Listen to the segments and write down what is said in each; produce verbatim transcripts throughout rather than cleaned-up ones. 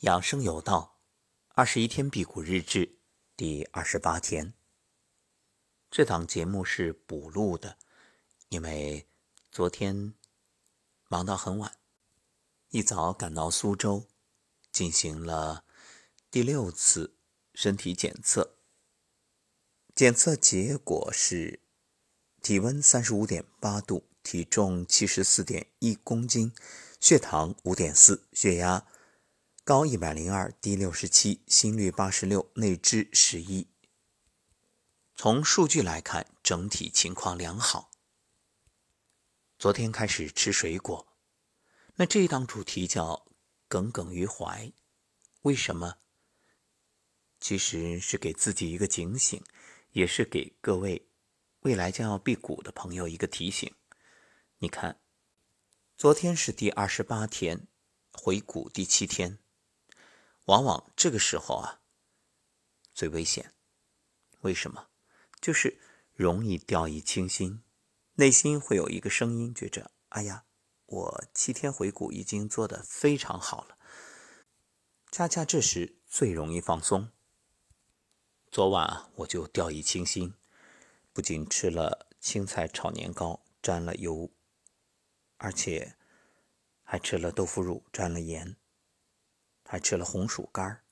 养生有道，二十一天辟谷日志第二十八天。这档节目是补录的，因为昨天忙到很晚，一早赶到苏州，进行了第六次身体检测。检测结果是体温 三十五点八 度，体重 七十四点一 公斤，血糖 五点四，血压高一百零二，低六十七，心率八十六，内痔十一。从数据来看，整体情况良好。昨天开始吃水果，那这一档主题叫耿耿于怀。为什么？其实是给自己一个警醒，也是给各位未来将要辟谷的朋友一个提醒。你看，昨天是第二十八天，回谷第七天。往往这个时候啊，最危险。为什么？就是容易掉以轻心，内心会有一个声音觉着，哎呀，我七天回谷已经做得非常好了。恰恰这时最容易放松。昨晚啊，我就掉以轻心，不仅吃了青菜炒年糕沾了油，而且还吃了豆腐乳沾了盐，还吃了红薯干。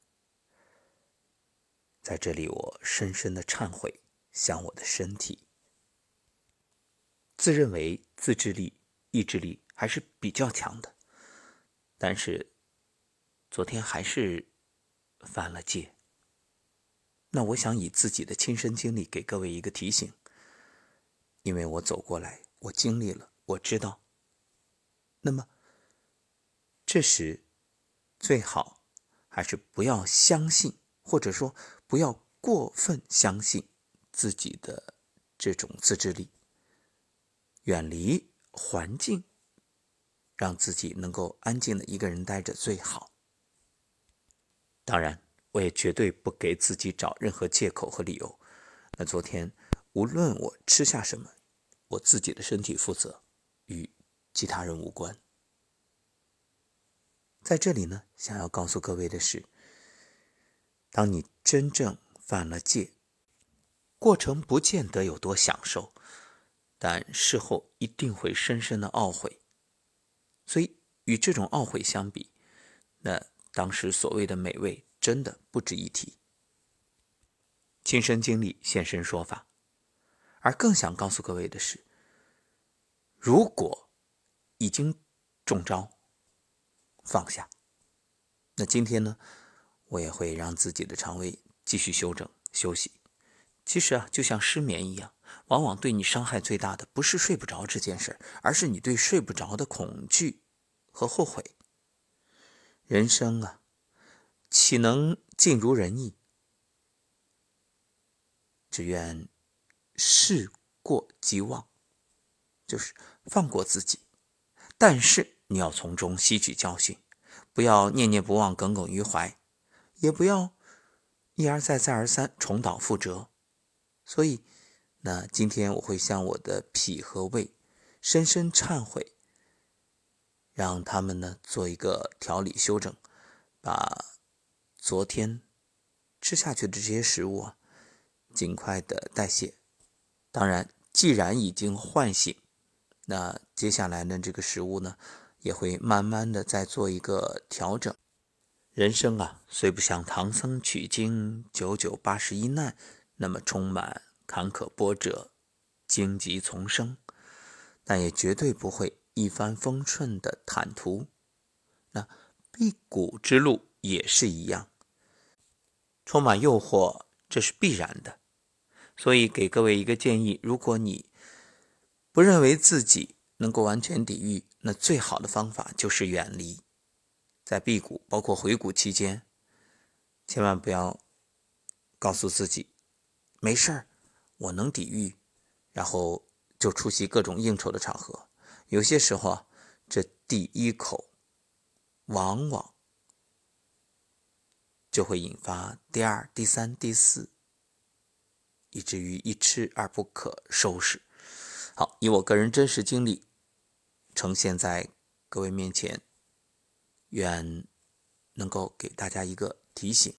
在这里我深深的忏悔，向我的身体。自认为自制力、意志力还是比较强的，但是昨天还是犯了戒。那我想以自己的亲身经历给各位一个提醒，因为我走过来，我经历了，我知道。那么这时最好还是不要相信，或者说不要过分相信自己的这种自制力，远离环境，让自己能够安静的一个人待着最好。当然，我也绝对不给自己找任何借口和理由。那昨天无论我吃下什么，我自己的身体负责，与其他人无关。在这里呢，想要告诉各位的是，当你真正犯了戒，过程不见得有多享受，但事后一定会深深的懊悔。所以与这种懊悔相比，那当时所谓的美味真的不值一提。亲身经历，现身说法。而更想告诉各位的是，如果已经中招，放下。那今天呢，我也会让自己的肠胃继续休整休息。其实啊，就像失眠一样，往往对你伤害最大的不是睡不着这件事，而是你对睡不着的恐惧和后悔。人生啊，岂能尽如人意？只愿事过即忘，就是放过自己。但是你要从中吸取教训，不要念念不忘、耿耿于怀，也不要一而再、再而三重蹈覆辙。所以那今天我会向我的脾和胃深深忏悔，让他们呢做一个调理修整，把昨天吃下去的这些食物啊尽快的代谢。当然既然已经唤醒，那接下来呢这个食物呢也会慢慢的再做一个调整。人生啊，虽不像唐僧取经九九八十一难那么充满坎坷波折、荆棘丛生，但也绝对不会一帆风顺的坦途。那辟谷之路也是一样，充满诱惑，这是必然的。所以给各位一个建议，如果你不认为自己能够完全抵御，那最好的方法就是远离。在辟谷包括回谷期间，千万不要告诉自己没事儿，我能抵御，然后就出席各种应酬的场合。有些时候啊，这第一口往往就会引发第二、第三、第四，以至于一吃而不可收拾。好，以我个人真实经历呈现在各位面前，愿能够给大家一个提醒。